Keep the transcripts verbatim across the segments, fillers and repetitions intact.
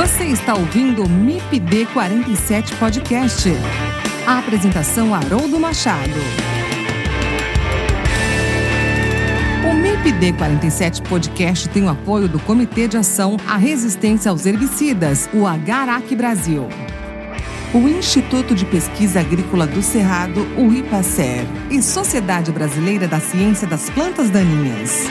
Você está ouvindo o M I P D quarenta e sete Podcast. A apresentação Haroldo Machado. O M I P D quarenta e sete Podcast tem o apoio do Comitê de Ação à Resistência aos Herbicidas, o Agarac Brasil. O Instituto de Pesquisa Agrícola do Cerrado, o IPACER, e Sociedade Brasileira da Ciência das Plantas Daninhas.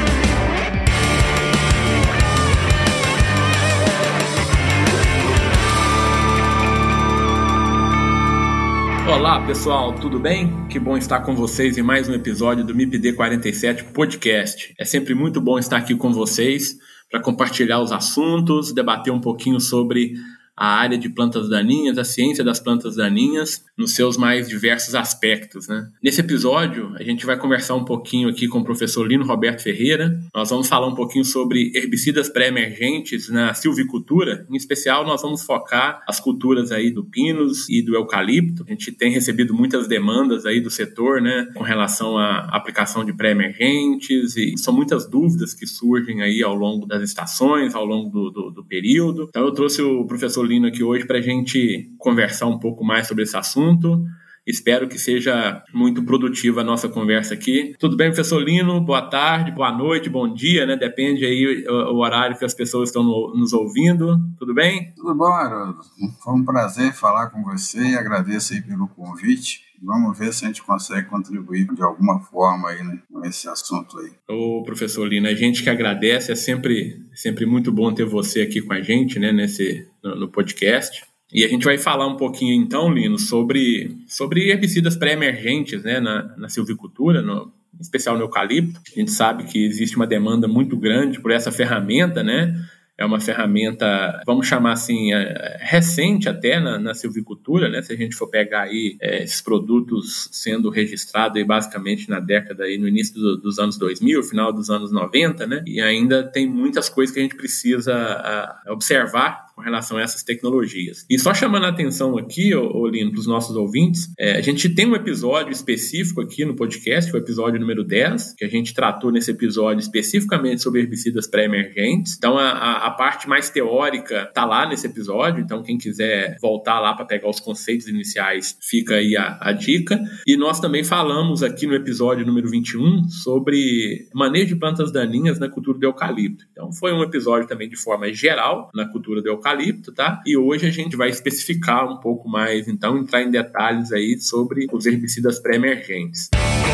Olá pessoal, tudo bem? Que bom estar com vocês em mais um episódio do M I P D quarenta e sete Podcast. É sempre muito bom estar aqui com vocês para compartilhar os assuntos, debater um pouquinho sobre a área de plantas daninhas, a ciência das plantas daninhas, nos seus mais diversos aspectos, né? Nesse episódio, a gente vai conversar um pouquinho aqui com o professor Lino Roberto Ferreira. Nós vamos falar um pouquinho sobre herbicidas pré-emergentes na silvicultura. Em especial, nós vamos focar as culturas aí do pinus e do eucalipto. A gente tem recebido muitas demandas aí do setor, né, com relação à aplicação de pré-emergentes, e são muitas dúvidas que surgem aí ao longo das estações, ao longo do, do, do período. Então, eu trouxe o professor Lino aqui hoje para a gente conversar um pouco mais sobre esse assunto. Espero que seja muito produtiva a nossa conversa aqui. Tudo bem, professor Lino? Boa tarde, boa noite, bom dia, né? Depende aí o, o horário que as pessoas estão no, nos ouvindo. Tudo bem? Tudo bom, Haroldo. Foi um prazer falar com você e agradeço aí pelo convite. Vamos ver se a gente consegue contribuir de alguma forma aí, né, com esse assunto aí. Ô, professor Lino, a gente que agradece, é sempre, sempre muito bom ter você aqui com a gente, né, nesse, no, no podcast. E a gente vai falar um pouquinho então, Lino, sobre, sobre herbicidas pré-emergentes, né, na, na silvicultura, no, em especial no eucalipto. A gente sabe que existe uma demanda muito grande por essa ferramenta, né? É uma ferramenta, vamos chamar assim, é, recente até na, na silvicultura, né? Se a gente for pegar aí é, esses produtos sendo registrados aí basicamente na década, aí, no início do, dos anos dois mil, final dos anos noventa, né? E ainda tem muitas coisas que a gente precisa a, observar com relação a essas tecnologias. E só chamando a atenção aqui, ô, ô Lino, para os nossos ouvintes, é, a gente tem um episódio específico aqui no podcast, o episódio número dez, que a gente tratou nesse episódio especificamente sobre herbicidas pré-emergentes. Então, a, a, a parte mais teórica está lá nesse episódio, então quem quiser voltar lá para pegar os conceitos iniciais, fica aí a, a dica. E nós também falamos aqui no episódio número vinte e um sobre manejo de plantas daninhas na cultura do eucalipto. Então, foi um episódio também de forma geral na cultura do eucalipto. eucalipto, tá? E hoje a gente vai especificar um pouco mais, então, entrar em detalhes aí sobre os herbicidas pré-emergentes.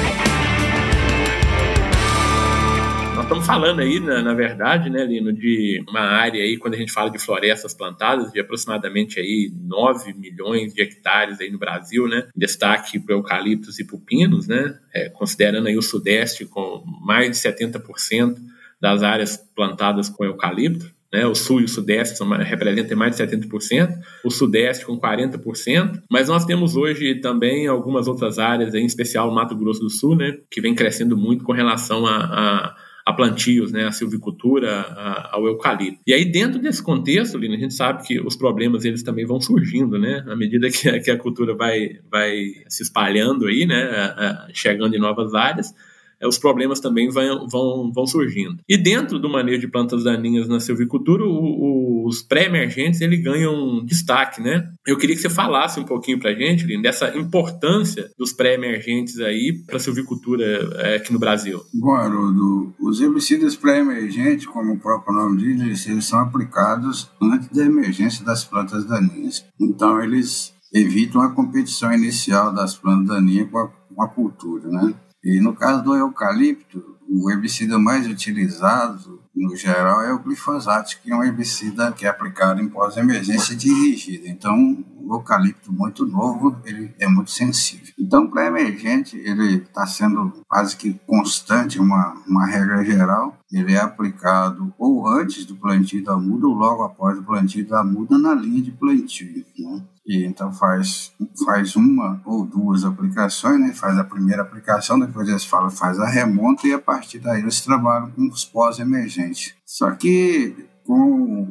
Nós estamos falando aí, na, na verdade, né, Lino, de uma área aí, quando a gente fala de florestas plantadas, de aproximadamente aí nove milhões de hectares aí no Brasil, né? Destaque para eucaliptos e pupinos, né? É, considerando aí o Sudeste com mais de setenta por cento das áreas plantadas com eucalipto. Né, o Sul e o Sudeste são, representam mais de setenta por cento, o Sudeste com quarenta por cento, mas nós temos hoje também algumas outras áreas, em especial o Mato Grosso do Sul, né, que vem crescendo muito com relação a, a, a plantios, né, a silvicultura, a, ao eucalipto. E aí dentro desse contexto, Lino, a gente sabe que os problemas eles também vão surgindo, né, à medida que a, que a cultura vai, vai se espalhando aí, né, a, a, chegando em novas áreas, os problemas também vão, vão, vão surgindo. E dentro do manejo de plantas daninhas na silvicultura, o, o, os pré-emergentes eles ganham destaque, né? Eu queria que você falasse um pouquinho para a gente, Lino, dessa importância dos pré-emergentes aí para a silvicultura é, aqui no Brasil. Bom, Haroldo, os herbicidas pré-emergentes, como o próprio nome diz, eles são aplicados antes da emergência das plantas daninhas. Então, eles evitam a competição inicial das plantas daninhas com a, com a cultura, né? E no caso do eucalipto, o herbicida mais utilizado, no geral, é o glifosato, que é um herbicida que é aplicado em pós-emergência dirigida. Então, o eucalipto muito novo, ele é muito sensível. Então, para emergente, ele está sendo quase que constante, uma, uma regra geral. Ele é aplicado ou antes do plantio da muda ou logo após o plantio da muda na linha de plantio, né? E então faz, faz uma ou duas aplicações, né? Faz a primeira aplicação, depois eles falam, faz a remonta e a partir daí eles trabalham com os pós-emergentes. Só que com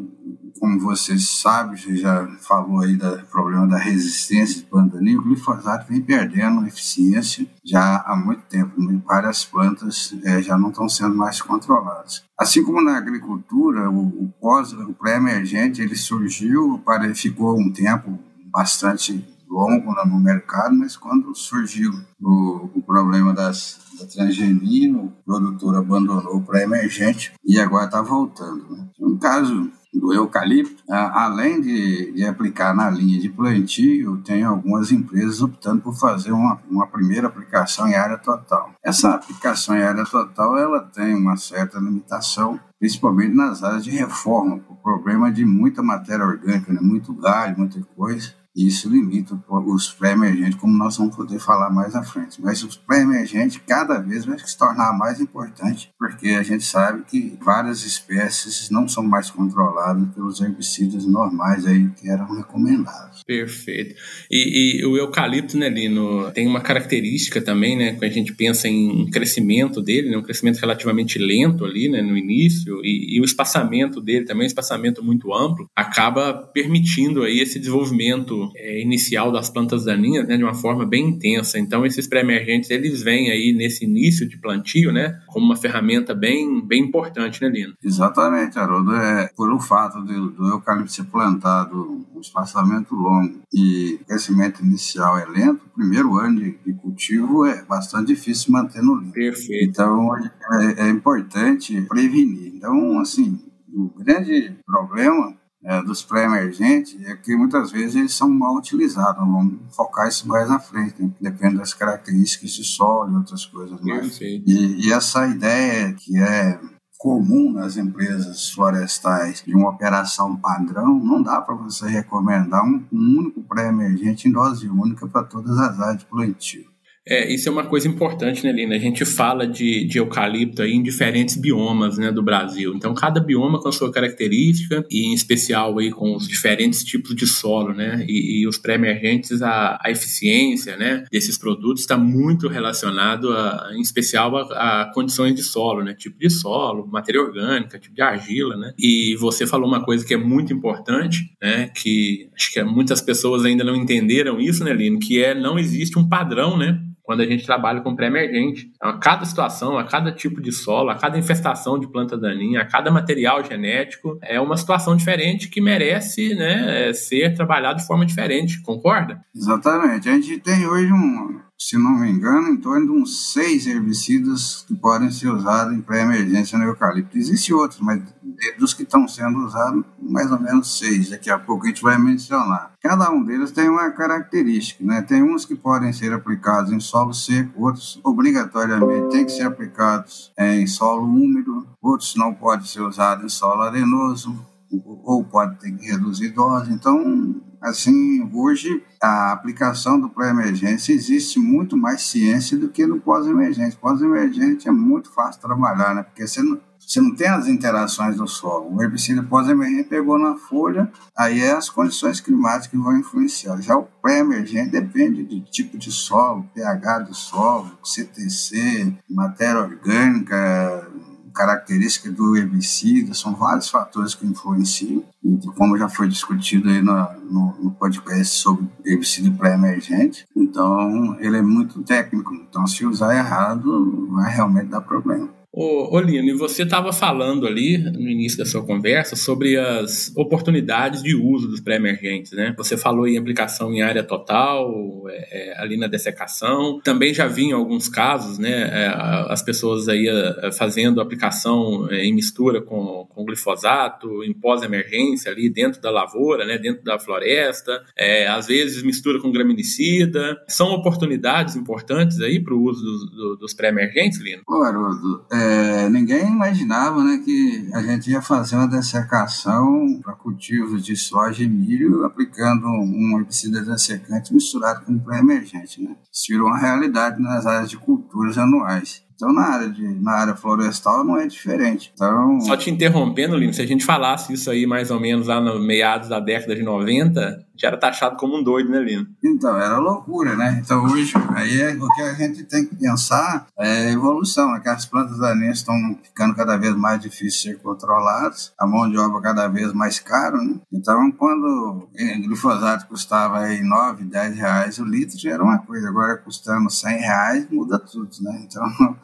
como você sabe, você já falou aí do problema da resistência de planta daninha, o glifosato vem perdendo eficiência já há muito tempo. Várias plantas é, já não estão sendo mais controladas. Assim como na agricultura, o, o, pós, o pré-emergente ele surgiu, para, ficou um tempo bastante longo no mercado, mas quando surgiu o, o problema das, da transgenia, o produtor abandonou o pré-emergente e agora está voltando. Né? No caso do eucalipto, além de, de aplicar na linha de plantio, tem algumas empresas optando por fazer uma, uma primeira aplicação em área total. Essa aplicação em área total ela tem uma certa limitação, principalmente nas áreas de reforma, o problema de muita matéria orgânica, né? Muito galho, muita coisa. E isso limita os pré-emergentes, como nós vamos poder falar mais à frente. Mas os pré-emergentes cada vez vai se tornar mais importante, porque a gente sabe que várias espécies não são mais controladas pelos herbicidas normais aí que eram recomendados. Perfeito. E, e o eucalipto, né, Lino, tem uma característica também, né, quando a gente pensa em crescimento dele, né, um crescimento relativamente lento ali, né, no início, e, e o espaçamento dele também, um espaçamento muito amplo, acaba permitindo aí esse desenvolvimento É, inicial das plantas daninhas, né, de uma forma bem intensa. Então, esses pré-emergentes, eles vêm aí nesse início de plantio, né, como uma ferramenta bem, bem importante, né, Lino? Exatamente, Haroldo. É, por o fato do, do eucalipto ser plantado um espaçamento longo e o crescimento inicial é lento, o primeiro ano de, de cultivo é bastante difícil manter no limpo. Perfeito. Então, é, é importante prevenir. Então, assim, o grande problema É, dos pré-emergentes é que muitas vezes eles são mal utilizados. Vamos focar isso mais na frente, né? Depende das características de solo e outras coisas mais. E, e essa ideia que é comum nas empresas florestais de uma operação padrão, não dá para você recomendar um, um único pré-emergente em dose única para todas as áreas de plantio. É, isso é uma coisa importante, né, Lina? A gente fala de, de eucalipto aí em diferentes biomas, né, do Brasil. Então, cada bioma com a sua característica e, em especial, aí, com os diferentes tipos de solo, né? E, e os pré-emergentes, a, a eficiência, né, desses produtos está muito relacionado, a, em especial, a, a condições de solo, né? Tipo de solo, matéria orgânica, tipo de argila, né? E você falou uma coisa que é muito importante, né? Que acho que muitas pessoas ainda não entenderam isso, né, Lina? Que é, não existe um padrão, né? Quando a gente trabalha com pré-emergente. Então, a cada situação, a cada tipo de solo, a cada infestação de planta daninha, a cada material genético, é uma situação diferente que merece, né, ser trabalhado de forma diferente, concorda? Exatamente. A gente tem hoje, um, se não me engano, em torno de uns seis herbicidas que podem ser usados em pré-emergência no eucalipto. Existem outros, mas dos que estão sendo usados, mais ou menos seis. Daqui a pouco a gente vai mencionar. Cada um deles tem uma característica, né? Tem uns que podem ser aplicados em solo seco, outros obrigatoriamente têm que ser aplicados em solo úmido, outros não podem ser usados em solo arenoso, ou pode ter que reduzir dose. Então, assim, hoje a aplicação do pré-emergência existe muito mais ciência do que no pós-emergente. Pós-emergente é muito fácil trabalhar, né? Porque você não, você não tem as interações do solo. O herbicida pós-emergente pegou na folha, aí é as condições climáticas que vão influenciar. Já o pré-emergente depende do tipo de solo, pH do solo, C T C, matéria orgânica, característica do herbicida, são vários fatores que influenciam, e como já foi discutido aí no, no, no podcast sobre herbicida pré-emergente, então ele é muito técnico, então se usar errado vai realmente dar problema. Ô, ô Lino, e você estava falando ali no início da sua conversa sobre as oportunidades de uso dos pré-emergentes, né? Você falou em aplicação em área total, é, é, ali na dessecação. Também já vi em alguns casos, né, é, as pessoas aí é, fazendo aplicação é, em mistura com, com glifosato, em pós-emergência ali dentro da lavoura, né, dentro da floresta. É, às vezes mistura com graminicida. São oportunidades importantes aí para o uso do, do, dos pré-emergentes, Lino? Ô, Haroldo, é... É, ninguém imaginava, né, que a gente ia fazer uma dessecação para cultivos de soja e milho aplicando um herbicida dessecante misturado com pré-emergente, né? Isso virou uma realidade nas áreas de culturas anuais. Então, na área, de, na área florestal não é diferente. Então... Só te interrompendo, Lino, se a gente falasse isso aí mais ou menos lá no meados da década de noventa, já era taxado como um doido, né, Lino? Então, era loucura, né? Então, hoje, aí é, o que a gente tem que pensar é a evolução, né? Que as plantas daninhas estão ficando cada vez mais difíceis de ser controladas, a mão de obra cada vez mais cara, né? Então, quando o glifosato custava aí nove, dez reais o litro, já era uma coisa. Agora, custando cem reais, muda tudo, né? Então,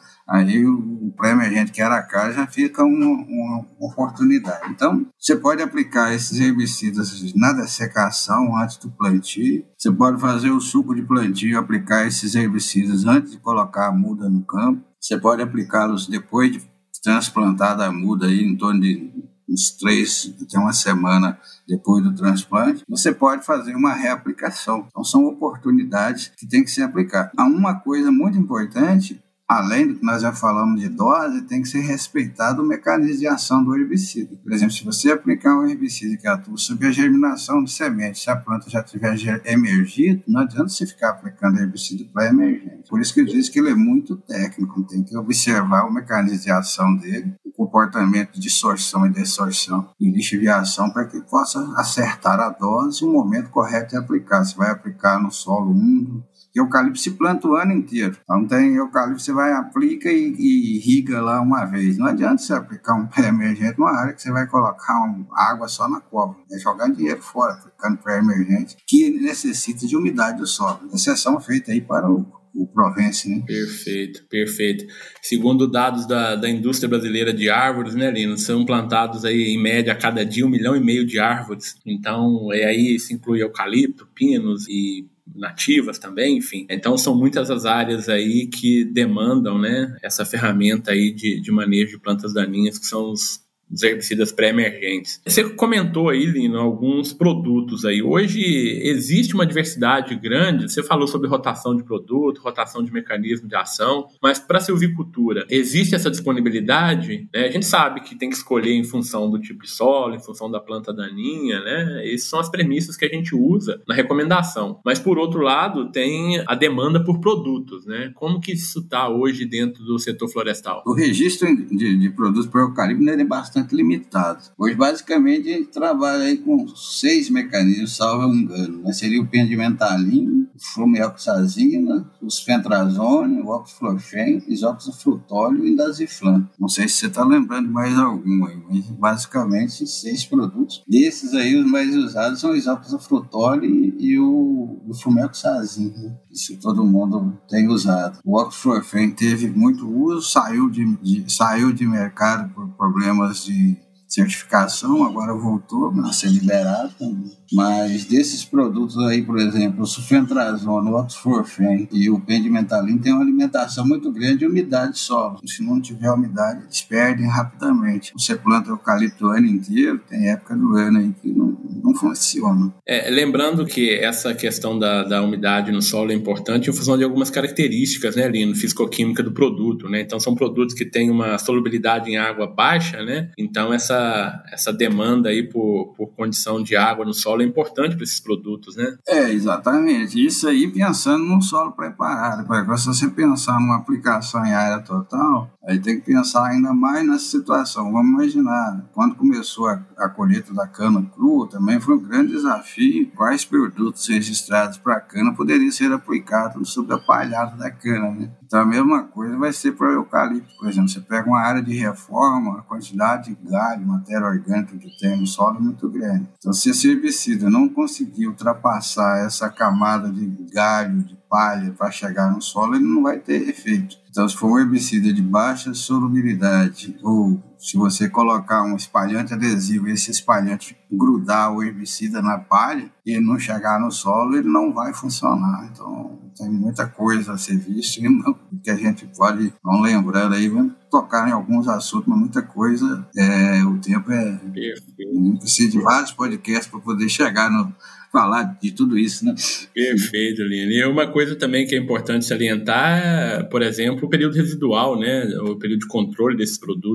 aí o pré-emergente que era caro já fica uma, uma oportunidade. Então, você pode aplicar esses herbicidas na dessecação antes do plantio. Você pode fazer o suco de plantio, aplicar esses herbicidas antes de colocar a muda no campo. Você pode aplicá-los depois de transplantada a muda, aí, em torno de uns três, até uma semana depois do transplante. Você pode fazer uma reaplicação. Então, são oportunidades que tem que ser aplicadas. Há uma coisa muito importante, além do que nós já falamos de dose, tem que ser respeitado o mecanismo de ação do herbicida. Por exemplo, se você aplicar um herbicida que atua sobre a germinação de semente, se a planta já tiver emergido, não adianta você ficar aplicando herbicida para emergente. Por isso que eu disse que ele é muito técnico, tem que observar o mecanismo de ação dele, o comportamento de sorção e dessorção e lixiviação para que possa acertar a dose e o momento correto de aplicar. Você vai aplicar no solo úmido, que eucalipto se planta o ano inteiro. Então tem eucalipto, você vai, aplica e, e irriga lá uma vez. Não adianta você aplicar um pré-emergente numa área que você vai colocar um, água só na cova. É jogar dinheiro fora, aplicando pré-emergente, que necessita de umidade do solo. Exceção feita aí para o o Provence, né? Perfeito, perfeito. Segundo dados da, da indústria brasileira de árvores, né, Lino, são plantados aí em média a cada dia um milhão e meio de árvores. Então, é aí se inclui eucalipto, pinos e nativas também, enfim. Então, são muitas as áreas aí que demandam, né, essa ferramenta aí de, de manejo de plantas daninhas, que são os dos herbicidas pré-emergentes. Você comentou aí, Lino, alguns produtos aí. Hoje existe uma diversidade grande, você falou sobre rotação de produto, rotação de mecanismo de ação, mas para a silvicultura, existe essa disponibilidade? Né? A gente sabe que tem que escolher em função do tipo de solo, em função da planta daninha, né? Essas são as premissas que a gente usa na recomendação. Mas, por outro lado, tem a demanda por produtos, né? Como que isso está hoje dentro do setor florestal? O registro de, de produtos para eucalipto é bastante limitado. Hoje, basicamente, a gente trabalha aí com seis mecanismos, salvo engano. Né? Seria o pendimentalin, o flumelxazina, o sfentrazone, o oxfloxen, isoxafrutóleo e indaziflan. Não sei se você está lembrando de mais algum aí, mas basicamente seis produtos. Desses aí, os mais usados são o isoxafrutóleo e o, o flumelxazina. Né? Isso todo mundo tem usado. O oxfloxen teve muito uso, saiu de, de, saiu de mercado por problemas de certificação, agora voltou a ser liberado também. Mas desses produtos aí, por exemplo, o sulfentrazone, o oxfloxen e o pendimentalin tem uma alimentação muito grande de umidade de solo. Se não tiver umidade, eles perdem rapidamente. Você planta eucalipto o ano inteiro, tem época do ano aí que não, não funciona. É, lembrando que essa questão da, da umidade no solo é importante em função de algumas características, né, Lino, fisicoquímica do produto, né? Então são produtos que têm uma solubilidade em água baixa, né? Então essa, essa demanda aí por, por condição de água no solo é importante para esses produtos, né? É, exatamente. Isso aí pensando num solo preparado. Porque se você pensar numa aplicação em área total, aí tem que pensar ainda mais nessa situação. Vamos imaginar, quando começou a, a colheita da cana crua, também foi um grande desafio. Quais produtos registrados para a cana poderiam ser aplicados sobre a palhada da cana, né? Então a mesma coisa vai ser para o eucalipto. Por exemplo, você pega uma área de reforma, a quantidade de galho, matéria orgânica que tem no solo é muito grande. Então se esse herbicida não conseguir ultrapassar essa camada de galho, de palha para chegar no solo, ele não vai ter efeito. Então se for um herbicida de baixa solubilidade ou se você colocar um espalhante adesivo e esse espalhante grudar o herbicida na palha e ele não chegar no solo, ele não vai funcionar. Então tem muita coisa a ser vista que a gente pode, não lembrando aí, vamos tocar em alguns assuntos, mas muita coisa, é, o tempo é... Não precisa de vários podcasts para poder chegar no... falar de tudo isso, né? Perfeito, Lino. E uma coisa também que é importante salientar, por exemplo, o período residual, né? O período de controle desses produtos, né? São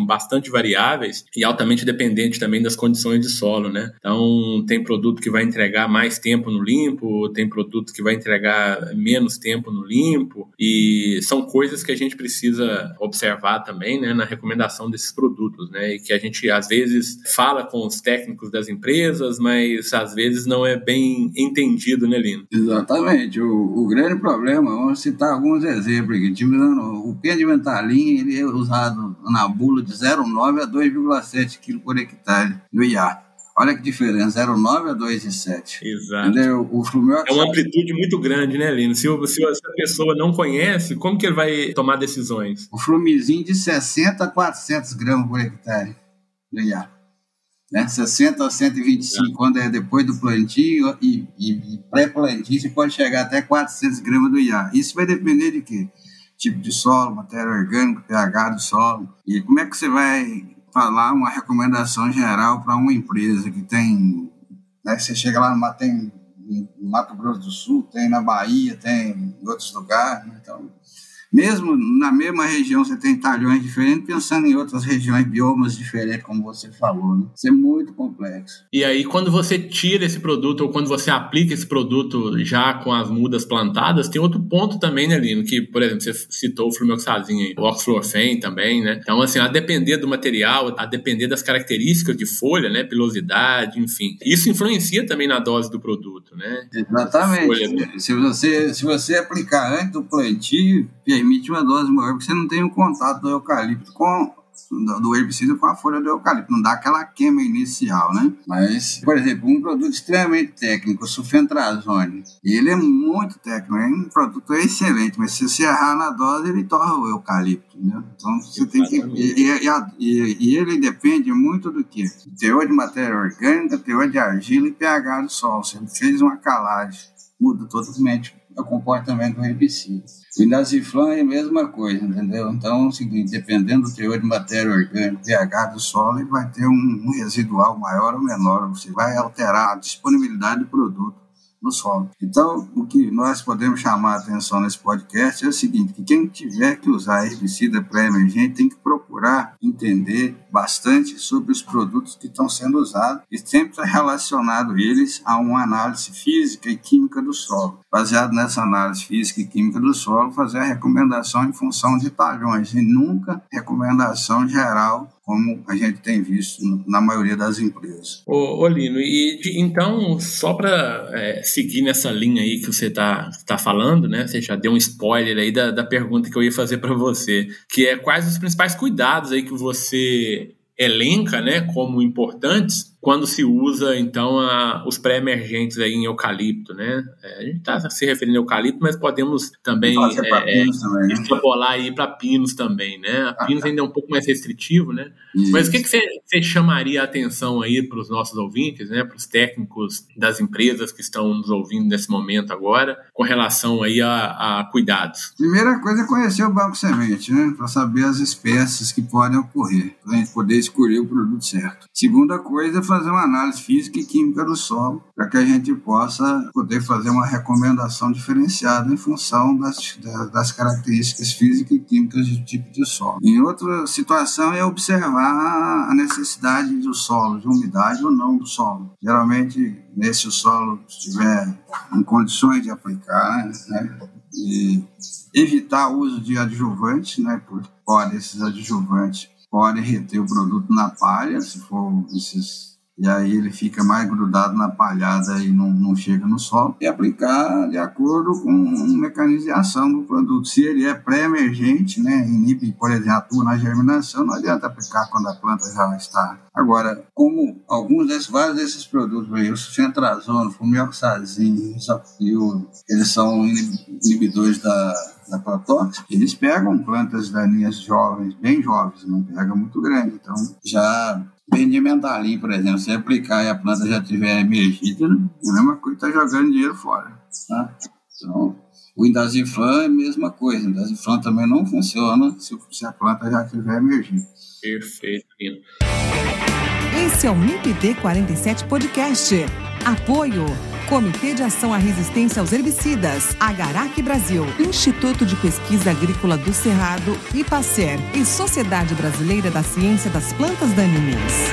bastante variáveis e altamente dependentes também das condições de solo, né? Então, tem produto que vai entregar mais tempo no limpo, tem produto que vai entregar menos tempo no limpo, e são coisas que a gente precisa observar também, né, na recomendação desses produtos, né? E que a gente, às vezes, fala com os técnicos das empresas, mas às vezes não é bem entendido, né, Lino? Exatamente. O, o grande problema, vamos citar alguns exemplos aqui. O pendimentalin, ele é usado na bula de zero vírgula nove a dois vírgula sete quilos por hectare no I A. Olha que diferença, zero vírgula nove a dois vírgula sete. Exato. Entendeu? O flumioxado... É uma amplitude muito grande, né, Lino? Se, se a pessoa não conhece, como que ele vai tomar decisões? O flumizin de sessenta a quatrocentos gramas por hectare no I A. Né? sessenta a cento e vinte e cinco, é. Quando é depois do plantio e, e, e pré-plantio, você pode chegar até quatrocentos gramas do I A. Isso vai depender de quê? Tipo de solo, matéria orgânica, pH do solo. E como é que você vai falar uma recomendação geral para uma empresa que tem... Né, você chega lá no, tem no Mato Grosso do Sul, tem na Bahia, tem em outros lugares, né? Então... Mesmo na mesma região você tem talhões diferentes, pensando em outras regiões, biomas diferentes, como você falou, né? Isso é muito complexo. E aí, quando você tira esse produto, ou quando você aplica esse produto já com as mudas plantadas, tem outro ponto também, né, Lino? Que, por exemplo, você citou o flumioxazin aí, o oxflorfen também, né? Então, assim, a depender do material, a depender das características de folha, né, pilosidade, enfim. Isso influencia também na dose do produto, né? Exatamente. Folha, se, você, se você aplicar antes do plantio, permite uma dose maior, porque você não tem o contato do eucalipto com do herbicida com a folha do eucalipto, não dá aquela queima inicial, né? Mas, por exemplo, um produto extremamente técnico, o sulfentrazone, ele é muito técnico, é um produto excelente, mas se você errar na dose, ele torra o eucalipto, né? Então, você tem que... E, e, e ele depende muito do quê? Teor de matéria orgânica, teor de argila e pH do solo. Você fez uma calagem, muda totalmente o comportamento do herbicida. O indaziflam é a mesma coisa, entendeu? Então, é o seguinte, dependendo do teor de matéria orgânica, pH do solo, ele vai ter um, um residual maior ou menor, você vai alterar a disponibilidade do produto no solo. Então, o que nós podemos chamar a atenção nesse podcast é o seguinte, que quem tiver que usar herbicida pré-emergente tem que procurar entender bastante sobre os produtos que estão sendo usados e sempre relacionado eles a uma análise física e química do solo. Baseado nessa análise física e química do solo, fazer a recomendação em função de talhões e nunca recomendação geral, como a gente tem visto na maioria das empresas. Ô, ô Lino, e de, então, só para é, seguir nessa linha aí que você está tá falando, né? Você já deu um spoiler aí da, da pergunta que eu ia fazer para você, que é quais os principais cuidados aí que você elenca, né, como importantes quando se usa, então, a, os pré-emergentes aí em eucalipto, né? É, a gente está se referindo a eucalipto, mas podemos também, é, é, também, né? extrapolar aí para pinos também, né? A pinos ah, ainda é um pouco mais restritivo, né? Isso. Mas o que, que você, você chamaria a atenção aí para os nossos ouvintes, né? Para os técnicos das empresas que estão nos ouvindo nesse momento agora, com relação aí a, a cuidados? Primeira coisa é conhecer o banco semente, né? Para saber as espécies que podem ocorrer, para a gente poder escolher o produto certo. Segunda coisa é fazer uma análise física e química do solo, para que a gente possa poder fazer uma recomendação diferenciada em função das, das características físicas e químicas do tipo de solo. Em outra situação é observar a necessidade do solo, de umidade ou não do solo. Geralmente, nesse solo estiver em condições de aplicar, né, e evitar o uso de adjuvantes, né, porque pode, esses adjuvantes podem reter o produto na palha, se for esses... E aí ele fica mais grudado na palhada e não, não chega no solo. E aplicar de acordo com um mecanismo de ação do produto. Se ele é pré-emergente, né, inibe, por exemplo, atua na germinação, não adianta aplicar quando a planta já está. Agora, como alguns desses, vários desses produtos aí, o sulfentrazone, o flumioxazin, eles são inibidores da, da protóxica, eles pegam plantas daninhas jovens, bem jovens, não pega muito grande. Então, já... Pendimentalin, por exemplo, se aplicar e a planta já estiver emergida, né? É a mesma coisa que está jogando dinheiro fora. Tá? Então, o indaziflam é a mesma coisa. O indaziflam também não funciona se, se a planta já estiver emergida. Perfeito, Lino. Esse é o M I P D quarenta e sete Podcast. Apoio Comitê de Ação à Resistência aos Herbicidas, Agarac Brasil, Instituto de Pesquisa Agrícola do Cerrado, IPACER e Sociedade Brasileira da Ciência das Plantas Daninhas.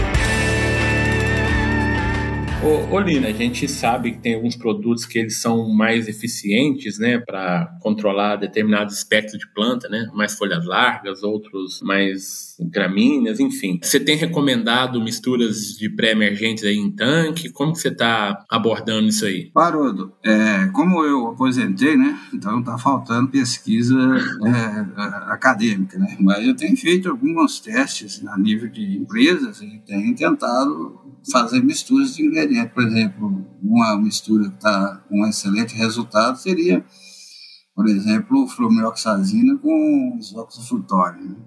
Ô, ô Lina, a gente sabe que tem alguns produtos que eles são mais eficientes, né, para controlar determinados espectros de planta, né, mais folhas largas, outros mais gramíneas, enfim. Você tem recomendado misturas de pré-emergentes aí em tanque? Como que você está abordando isso aí? Haroldo, é, como eu aposentei, né, então está faltando pesquisa é, acadêmica, né, mas eu tenho feito alguns testes a nível de empresas e tenho tentado fazer misturas de ingredientes. Por exemplo, uma mistura que está com um excelente resultado seria, por exemplo, flumioxazina com isoxafrutório, né?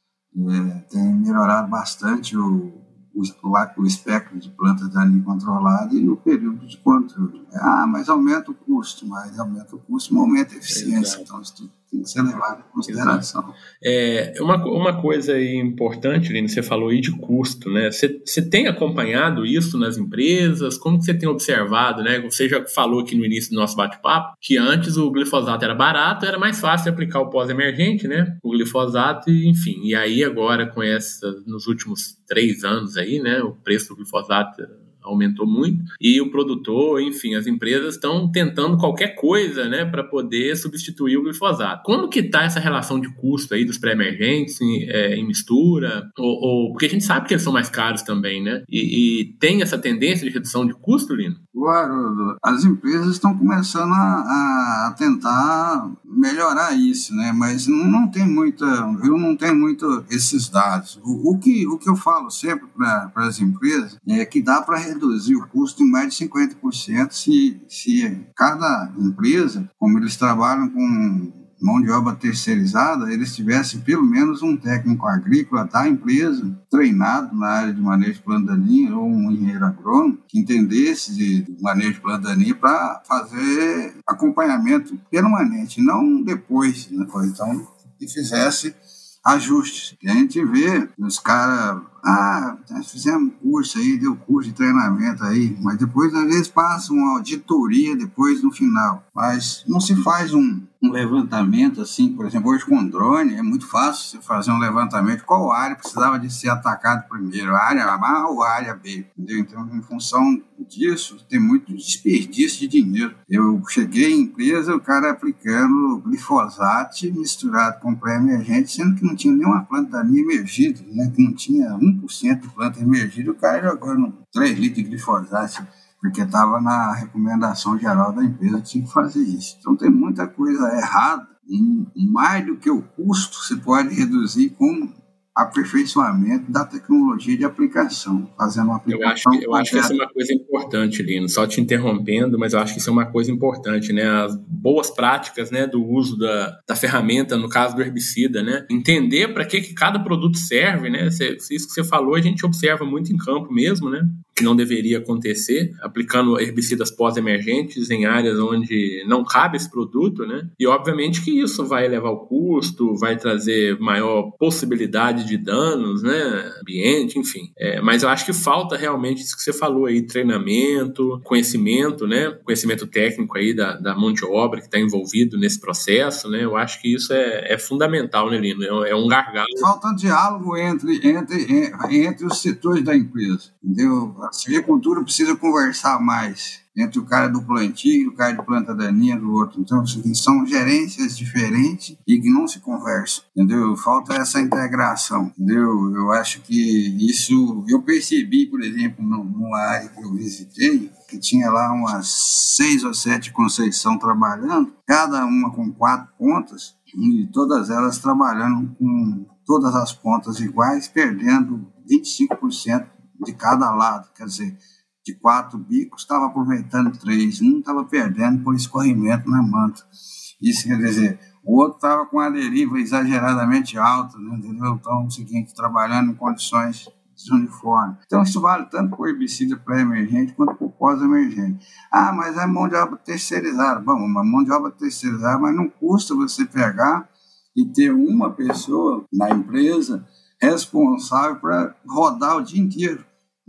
É, tem melhorado bastante o, o, o espectro de plantas daninhas controladas e o período de controle. Ah, mas aumenta o custo, mas aumenta o custo, mas aumenta a eficiência. Exato. Então, isso tudo tem que ser levado em consideração. É, uma, uma coisa aí importante, Lino, você falou aí de custo, né? Você, você tem acompanhado isso nas empresas? Como que você tem observado, né? Você já falou aqui no início do nosso bate-papo que antes o glifosato era barato, era mais fácil de aplicar o pós-emergente, né? O glifosato, enfim. E aí agora, com essa, nos últimos três anos aí, né? O preço do glifosato aumentou muito e o produtor, enfim, as empresas estão tentando qualquer coisa, né, para poder substituir o glifosato. Como que está essa relação de custo aí dos pré-emergentes em, é, em mistura? Ou, ou, porque a gente sabe que eles são mais caros também, né? E, e tem essa tendência de redução de custo, Lino? Claro, as empresas estão começando a, a tentar melhorar isso, né? Mas não, não tem muita, eu não tenho muito esses dados. O, o, que, o que eu falo sempre para as empresas é que dá para reduzir o custo em mais de cinquenta por cento se, se cada empresa, como eles trabalham com mão de obra terceirizada, eles tivessem pelo menos um técnico agrícola da empresa treinado na área de manejo de planta daninha ou um engenheiro agrônomo que entendesse de, de manejo de planta daninha para fazer acompanhamento permanente, não depois, né? Então, que fizesse ajustes. E a gente vê os caras, ah, nós fizemos curso aí, deu curso de treinamento aí, mas depois às vezes passa uma auditoria depois no final. Mas não se faz um, um levantamento assim, por exemplo, hoje com drone é muito fácil você fazer um levantamento, qual área precisava de ser atacada primeiro, a área A ou a área B, entendeu? Então, em função disso, tem muito desperdício de dinheiro. Eu cheguei em empresa, o cara aplicando glifosato misturado com pré-emergente, sendo que não tinha nenhuma planta daninha emergida, né? Que não tinha um por cento de planta emergida, o cara jogando três litros de glifosato, porque estava na recomendação geral da empresa que tinha que fazer isso. Então tem muita coisa errada, e mais do que o custo se pode reduzir com aperfeiçoamento da tecnologia de aplicação, fazendo uma aplicação. Eu acho que, eu acho que essa é uma coisa importante, Lino, só te interrompendo, mas eu acho que isso é uma coisa importante, né? As boas práticas, né, do uso da, da ferramenta, no caso do herbicida, né? Entender para que, que cada produto serve, né? Cê, isso que você falou, a gente observa muito em campo mesmo, né? Que não deveria acontecer, aplicando herbicidas pós-emergentes em áreas onde não cabe esse produto, né? E obviamente que isso vai elevar o custo, vai trazer maior possibilidade de danos, né? Ambiente, enfim. É, mas eu acho que falta realmente isso que você falou aí, treinamento, conhecimento, né? Conhecimento técnico aí da, da mão de obra que está envolvido nesse processo, né? Eu acho que isso é, é fundamental, né, Lino? É, é um gargalo. Falta diálogo entre, entre, entre os setores da empresa, entendeu? A silvicultura precisa conversar mais entre o cara do plantio e o cara de planta daninha do outro. Então, são gerências diferentes e que não se conversam, entendeu? Falta essa integração, entendeu? Eu acho que isso... Eu percebi, por exemplo, numa área que eu visitei, que tinha lá umas seis ou sete conceições trabalhando, cada uma com quatro pontas, e todas elas trabalhando com todas as pontas iguais, perdendo vinte e cinco por cento de cada lado, quer dizer, de quatro bicos, estava aproveitando três, um estava perdendo por escorrimento na manta. Isso quer dizer, o outro estava com a deriva exageradamente alta, né? Entendeu? Então, é o seguinte, trabalhando em condições desuniformes. Então, isso vale tanto para o herbicida pré-emergente quanto para o pós-emergente. Ah, mas é mão de obra terceirizada. Bom, uma mão de obra terceirizada, mas não custa você pegar e ter uma pessoa na empresa responsável para rodar o dia inteiro.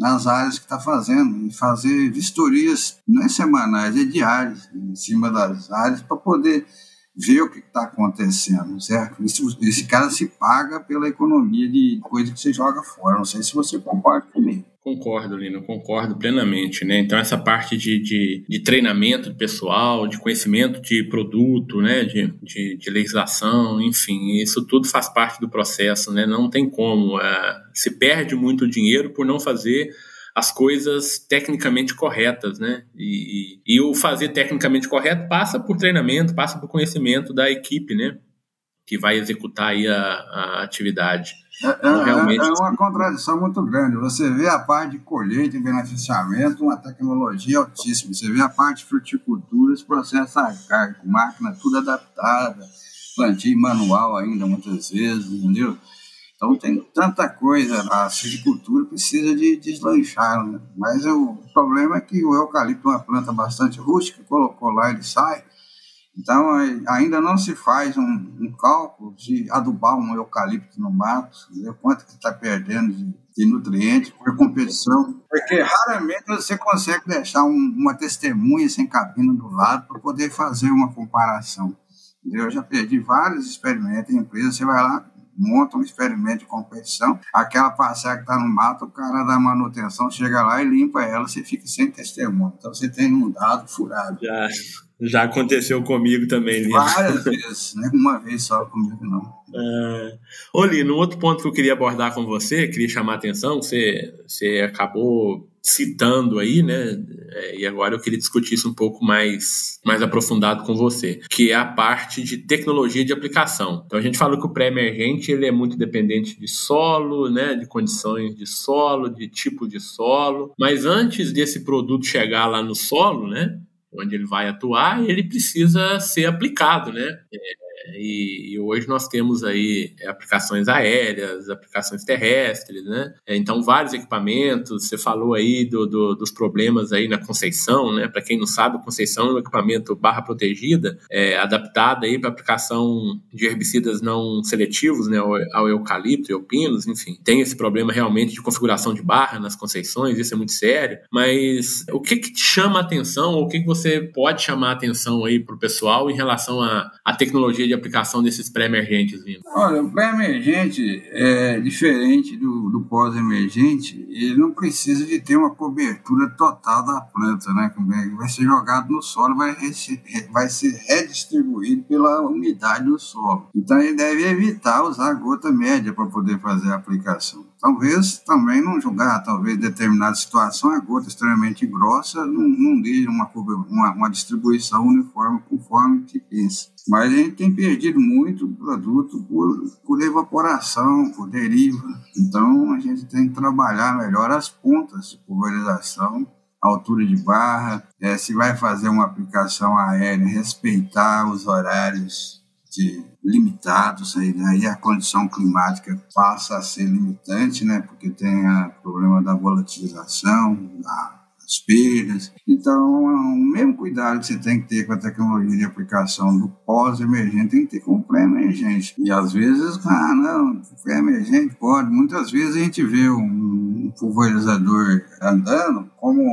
nas áreas que está fazendo, e fazer vistorias, não é semanais, é diárias, em cima das áreas, para poder ver o que está acontecendo, certo? Esse, esse cara se paga pela economia de coisa que você joga fora. Não sei se você concorda comigo. Concordo, Lino, concordo plenamente, né? Então essa parte de, de, de treinamento do pessoal, de conhecimento de produto, né? De, de, de legislação, enfim, isso tudo faz parte do processo, né? Não tem como, uh, se perde muito dinheiro por não fazer as coisas tecnicamente corretas, né? E, e, e o fazer tecnicamente correto passa por treinamento, passa por conhecimento da equipe, né? Que vai executar aí a, a atividade. É, então, realmente... é, é uma contradição muito grande. Você vê a parte de colheita e beneficiamento, uma tecnologia altíssima. Você vê a parte de fruticultura, esse processo arcaico, máquina tudo adaptada, plantio manual ainda muitas vezes, entendeu? Então tem tanta coisa, a silvicultura precisa de deslanchar, né? Mas o problema é que o eucalipto é uma planta bastante rústica, colocou lá, ele sai. Então ainda não se faz um, um cálculo de adubar um eucalipto no mato, ver quanto que está perdendo de, de nutrientes por competição, porque raramente você consegue deixar um, uma testemunha sem cabina do lado para poder fazer uma comparação. Eu já perdi vários experimentos em empresas, você vai lá, monta um experimento de competição, aquela parcela que está no mato, o cara da manutenção chega lá e limpa ela, você fica sem testemunho. Então você tem um dado furado. Já, já aconteceu comigo também, Lino. Várias vezes, não é uma vez só comigo, não. É... Ô, Lino, um outro ponto que eu queria abordar com você, queria chamar a atenção, você, você acabou citando aí, né, e agora eu queria discutir isso um pouco mais, mais aprofundado com você, que é a parte de tecnologia de aplicação. Então a gente falou que o pré-emergente ele é muito dependente de solo, né, de condições de solo, de tipo de solo, mas antes desse produto chegar lá no solo, né, onde ele vai atuar, ele precisa ser aplicado, né, é, E, e hoje nós temos aí aplicações aéreas, aplicações terrestres, né? Então, vários equipamentos. Você falou aí do, do, dos problemas aí na Conceição, né? Para quem não sabe, a Conceição é um equipamento barra protegida, é, adaptado aí para aplicação de herbicidas não seletivos, né? Ao, ao eucalipto e ao pinos, enfim. Tem esse problema realmente de configuração de barra nas Conceições, isso é muito sério. Mas o que, que te chama a atenção, ou o que, que você pode chamar a atenção aí para o pessoal em relação à, à tecnologia de aplicação desses pré-emergentes, Lino? Olha, o pré-emergente é diferente do, do pós-emergente, ele não precisa de ter uma cobertura total da planta, né? Vai ser jogado no solo, vai, vai ser redistribuído pela umidade do solo. Então ele deve evitar usar gota média para poder fazer a aplicação. Talvez também não jogar, talvez em determinada situação, a gota extremamente grossa não, não dê uma, uma, uma distribuição uniforme conforme se pensa. Mas a gente tem perdido muito produto por, por evaporação, por deriva. Então a gente tem que trabalhar melhor as pontas de pulverização, a altura de barra, é, se vai fazer uma aplicação aérea, respeitar os horários de limitados, aí, aí a condição climática passa a ser limitante, né, porque tem o problema da volatilização, das perdas. Então, o mesmo cuidado que você tem que ter com a tecnologia de aplicação do pós-emergente, tem que ter com o pré-emergente. E às vezes, ah, não, pré-emergente pode. Muitas vezes a gente vê um pulverizador andando, como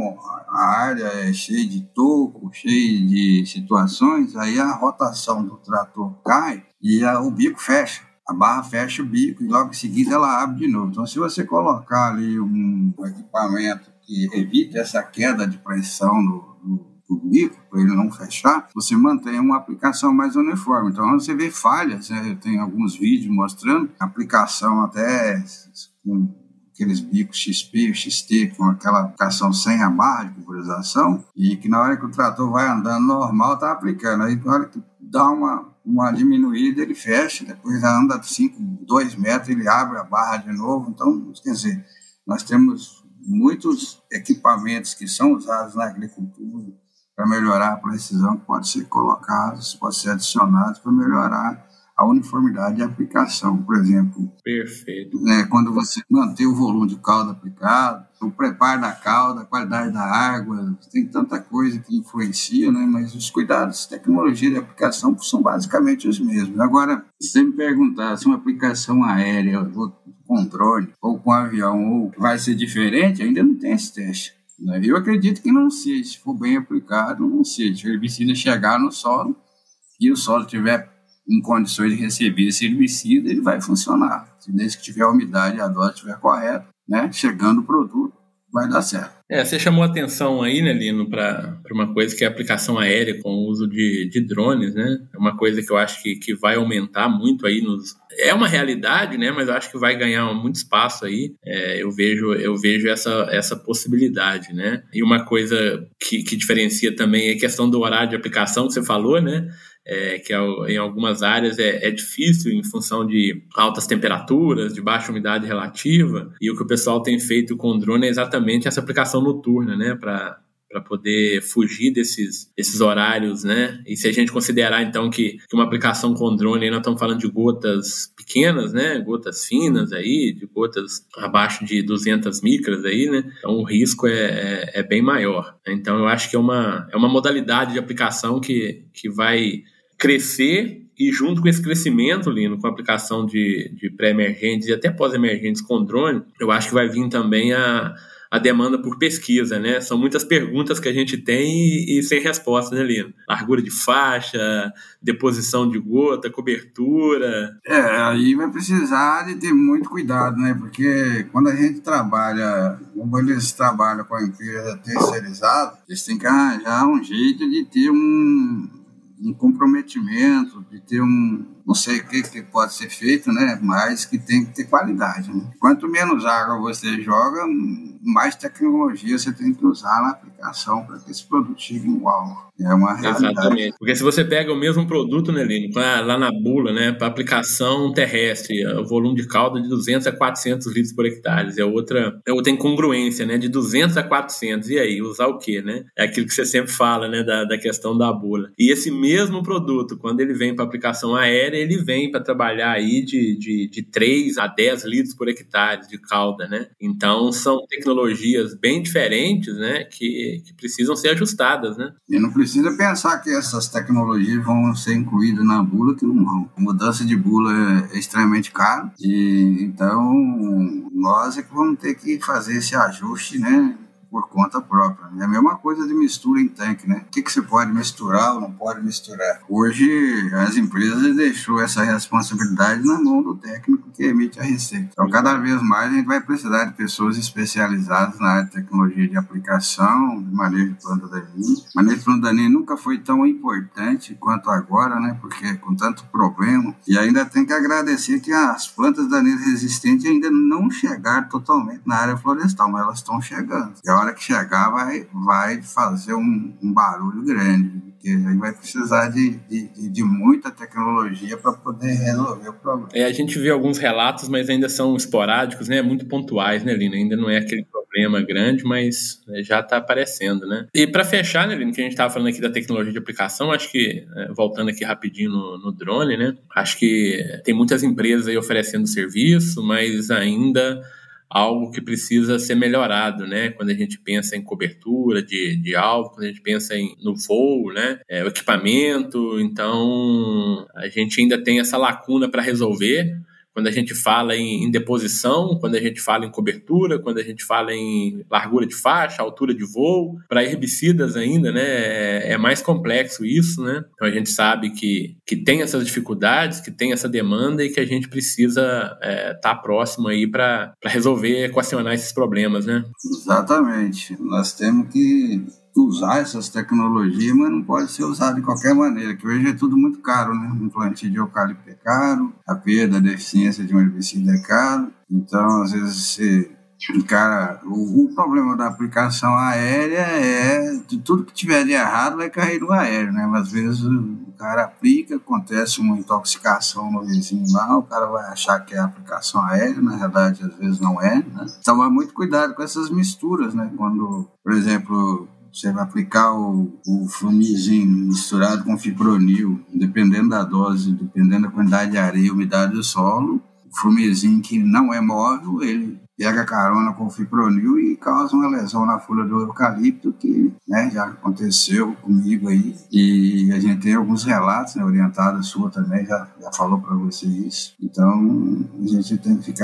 a área é cheia de toco, cheia de situações, aí a rotação do trator cai e a, o bico fecha. A barra fecha o bico e logo em seguida ela abre de novo. Então, se você colocar ali um equipamento que evite essa queda de pressão do, do, do bico, para ele não fechar, você mantém uma aplicação mais uniforme. Então, você vê falhas, né? Tem alguns vídeos mostrando aplicação até com aqueles bicos X P, X T, com aquela aplicação sem a barra de pulverização, e que na hora que o trator vai andando normal, está aplicando. Aí, na hora que dá uma, uma diminuída, ele fecha, depois anda cinco, dois metros, ele abre a barra de novo. Então, quer dizer, nós temos muitos equipamentos que são usados na agricultura para melhorar a precisão, que podem ser colocados, podem ser adicionados para melhorar a uniformidade de aplicação. Por exemplo, perfeito. Né, quando você mantém o volume de calda aplicado, o preparo da calda, a qualidade da água, tem tanta coisa que influencia, né, mas os cuidados de tecnologia de aplicação são basicamente os mesmos. Agora, se você me perguntar se uma aplicação aérea, eu vou com drone ou com avião ou vai ser diferente, ainda não tem esse teste. Né? Eu acredito que não seja, se for bem aplicado, não seja. Se o herbicida chegar no solo e o solo tiver em condições de receber esse herbicida, ele vai funcionar. Desde que tiver a umidade e a dose estiver correta, né? Chegando o produto, vai dar certo. É, você chamou atenção aí, né, Lino, para uma coisa que é a aplicação aérea com o uso de, de drones, né? É uma coisa que eu acho que, que vai aumentar muito aí nos... É uma realidade, né? Mas eu acho que vai ganhar muito espaço aí. É, eu vejo, eu vejo essa, essa possibilidade, né? E uma coisa que, que diferencia também é a questão do horário de aplicação que você falou, né? É, que é, em algumas áreas é, é difícil em função de altas temperaturas, de baixa umidade relativa, e o que o pessoal tem feito com o drone é exatamente essa aplicação noturna, né, para para poder fugir desses, desses horários, né? E se a gente considerar, então, que, que uma aplicação com drone, aí nós estamos falando de gotas pequenas, né? Gotas finas aí, de gotas abaixo de duzentas micras aí, né? Então, o risco é, é, é bem maior. Então, eu acho que é uma, é uma modalidade de aplicação que, que vai crescer, e junto com esse crescimento, Lino, com a aplicação de, de pré-emergentes e até pós-emergentes com drone, eu acho que vai vir também a a demanda por pesquisa, né? São muitas perguntas que a gente tem e, e sem resposta, né, Lino? Largura de faixa, deposição de gota, cobertura... É, aí vai precisar de ter muito cuidado, né? Porque quando a gente trabalha, como eles trabalham com a empresa terceirizada, eles têm que arranjar um jeito de ter um, um comprometimento, de ter um... não sei o que, que pode ser feito, né? Mas que tem que ter qualidade, né? Quanto menos água você joga, mais tecnologia você tem que usar na aplicação para que esse produto chegue no alvo. É uma realidade. Exatamente. Porque se você pega o mesmo produto, né, Lino, lá na bula, né, para aplicação terrestre, o volume de calda de duzentos a quatrocentos litros por hectare, é outra, é outra incongruência, né, de duzentos a quatrocentos. E aí, usar o quê, né? É aquilo que você sempre fala, né, da, da questão da bula. E esse mesmo produto, quando ele vem para aplicação aérea, ele vem para trabalhar aí de, de, de três a dez litros por hectare de calda, né? Então, são tecnologias bem diferentes, né, que, que precisam ser ajustadas, né? E não precisa pensar que essas tecnologias vão ser incluídas na bula, que não vão. A mudança de bula é extremamente cara, e então nós é que vamos ter que fazer esse ajuste, né, por conta própria. É a mesma coisa de mistura em tanque, né? O que, que você pode misturar ou não pode misturar? Hoje, as empresas deixou essa responsabilidade na mão do técnico que emite a receita. Então, cada vez mais, a gente vai precisar de pessoas especializadas na área de tecnologia de aplicação, de manejo de planta daninha. Manejo de planta daninha nunca foi tão importante quanto agora, né? Porque com tanto problema. E ainda tem que agradecer que as plantas daninhas resistentes ainda não chegaram totalmente na área florestal, mas elas estão chegando. E a hora que chegar vai, vai fazer um, um barulho grande, porque aí vai precisar de, de, de muita tecnologia para poder resolver o problema. É, a gente vê alguns relatos, mas ainda são esporádicos, né? Muito pontuais, né, Lino? Ainda não é aquele problema grande, mas já está aparecendo, né? E para fechar, né, Lino, que a gente estava falando aqui da tecnologia de aplicação, acho que, voltando aqui rapidinho no, no drone, né? Acho que tem muitas empresas aí oferecendo serviço, mas ainda... algo que precisa ser melhorado, né? Quando a gente pensa em cobertura de, de alvo, quando a gente pensa em, no voo, né? É, o equipamento, então a gente ainda tem essa lacuna para resolver. Quando a gente fala em, em deposição, quando a gente fala em cobertura, quando a gente fala em largura de faixa, altura de voo, para herbicidas ainda, né, é, é mais complexo isso, né? Então a gente sabe que, que tem essas dificuldades, que tem essa demanda e que a gente precisa estar é, tá próximo aí para resolver, equacionar esses problemas, né? Exatamente. Nós temos que usar essas tecnologias, mas não pode ser usado de qualquer maneira, que hoje é tudo muito caro, né? Um plantio de eucalipto é caro, a perda, a deficiência de um herbicida é caro, então às vezes você... Cara, o, o problema da aplicação aérea é de tudo que tiver de errado vai cair no aéreo, né? Às vezes o cara aplica, acontece uma intoxicação no vizinho lá, o cara vai achar que é aplicação aérea, na verdade às vezes não é, né? Então vai muito cuidado com essas misturas, né? Quando, por exemplo, você vai aplicar o, o flumizin misturado com fipronil, dependendo da dose, dependendo da quantidade de areia e umidade do solo, o flumizin que não é móvel, ele pega carona com o fipronil e causa uma lesão na folha do eucalipto, que, né, já aconteceu comigo aí. E a gente tem alguns relatos, né, orientada sua também já, já falou para você isso. Então, a gente tem que ficar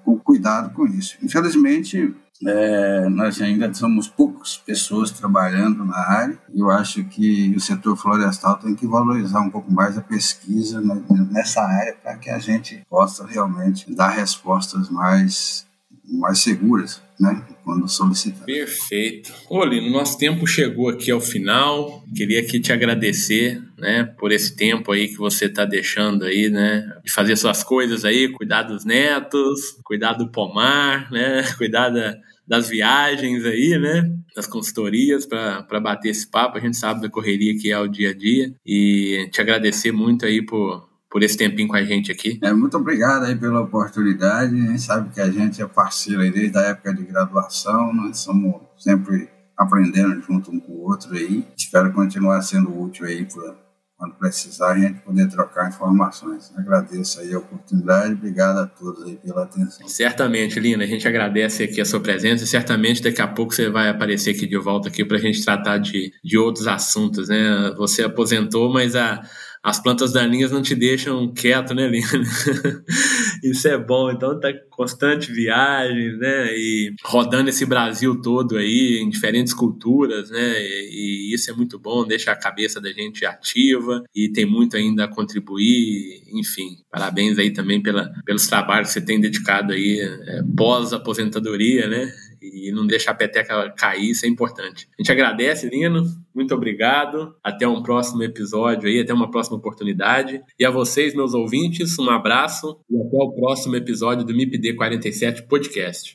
o cuidado com isso. Infelizmente, é, nós ainda somos poucas pessoas trabalhando na área. Eu acho que o setor florestal tem que valorizar um pouco mais a pesquisa nessa área para que a gente possa realmente dar respostas mais, mais seguras, né, quando solicitado. Perfeito. Ô, Lino, nosso tempo chegou aqui ao final. Queria aqui te agradecer, né, por esse tempo aí que você está deixando aí, né, de fazer suas coisas aí, cuidar dos netos, cuidar do pomar, né, cuidar da, das viagens aí, né, das consultorias para bater esse papo. A gente sabe da correria que é o dia a dia e te agradecer muito aí por por esse tempinho com a gente aqui. É, muito obrigado aí pela oportunidade. A gente sabe que a gente é parceiro aí desde a época de graduação, nós somos sempre aprendendo junto um com o outro aí. Espero continuar sendo útil aí para quando precisar a gente poder trocar informações. Agradeço aí a oportunidade, obrigado a todos aí pela atenção. Certamente, Lino, a gente agradece aqui a sua presença e certamente daqui a pouco você vai aparecer aqui de volta aqui para a gente tratar de, de outros assuntos, né? Você aposentou, mas a as plantas daninhas não te deixam quieto, né, Lino? Isso é bom. Então tá constante viagem, né, e rodando esse Brasil todo aí, em diferentes culturas, né, e, e isso é muito bom, deixa a cabeça da gente ativa e tem muito ainda a contribuir, enfim, parabéns aí também pela, pelos trabalhos que você tem dedicado aí é, pós-aposentadoria, né, e não deixar a peteca cair, isso é importante. A gente agradece, Lino, muito obrigado, até um próximo episódio aí, até uma próxima oportunidade, e a vocês, meus ouvintes, um abraço e até o próximo episódio do M I P D quarenta e sete Podcast.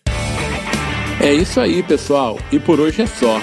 É isso aí, pessoal, e por hoje é só.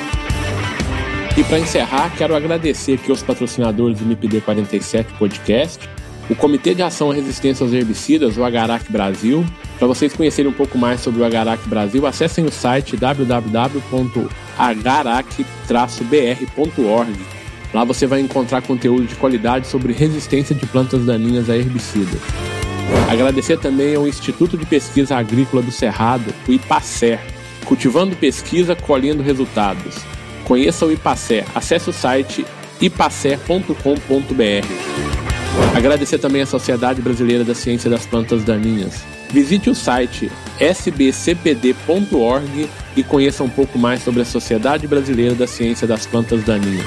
E para encerrar, quero agradecer aqui aos patrocinadores do M I P D quarenta e sete Podcast, o Comitê de Ação à Resistência aos Herbicidas, o Agarac Brasil. Para vocês conhecerem um pouco mais sobre o Agarac Brasil, acessem o site w w w ponto agarac traço b r ponto org. Lá você vai encontrar conteúdo de qualidade sobre resistência de plantas daninhas a herbicidas. Agradecer também ao Instituto de Pesquisa Agrícola do Cerrado, o IPACER, cultivando pesquisa, colhendo resultados. Conheça o IPACER, acesse o site ipacer ponto com ponto b r. Agradecer também à Sociedade Brasileira da Ciência das Plantas Daninhas. Visite o site s b c p d ponto org e conheça um pouco mais sobre a Sociedade Brasileira da Ciência das Plantas Daninhas.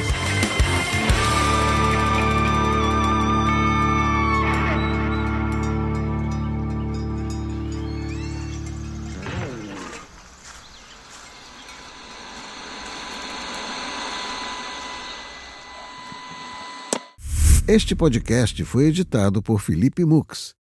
Este podcast foi editado por Felipe Mux.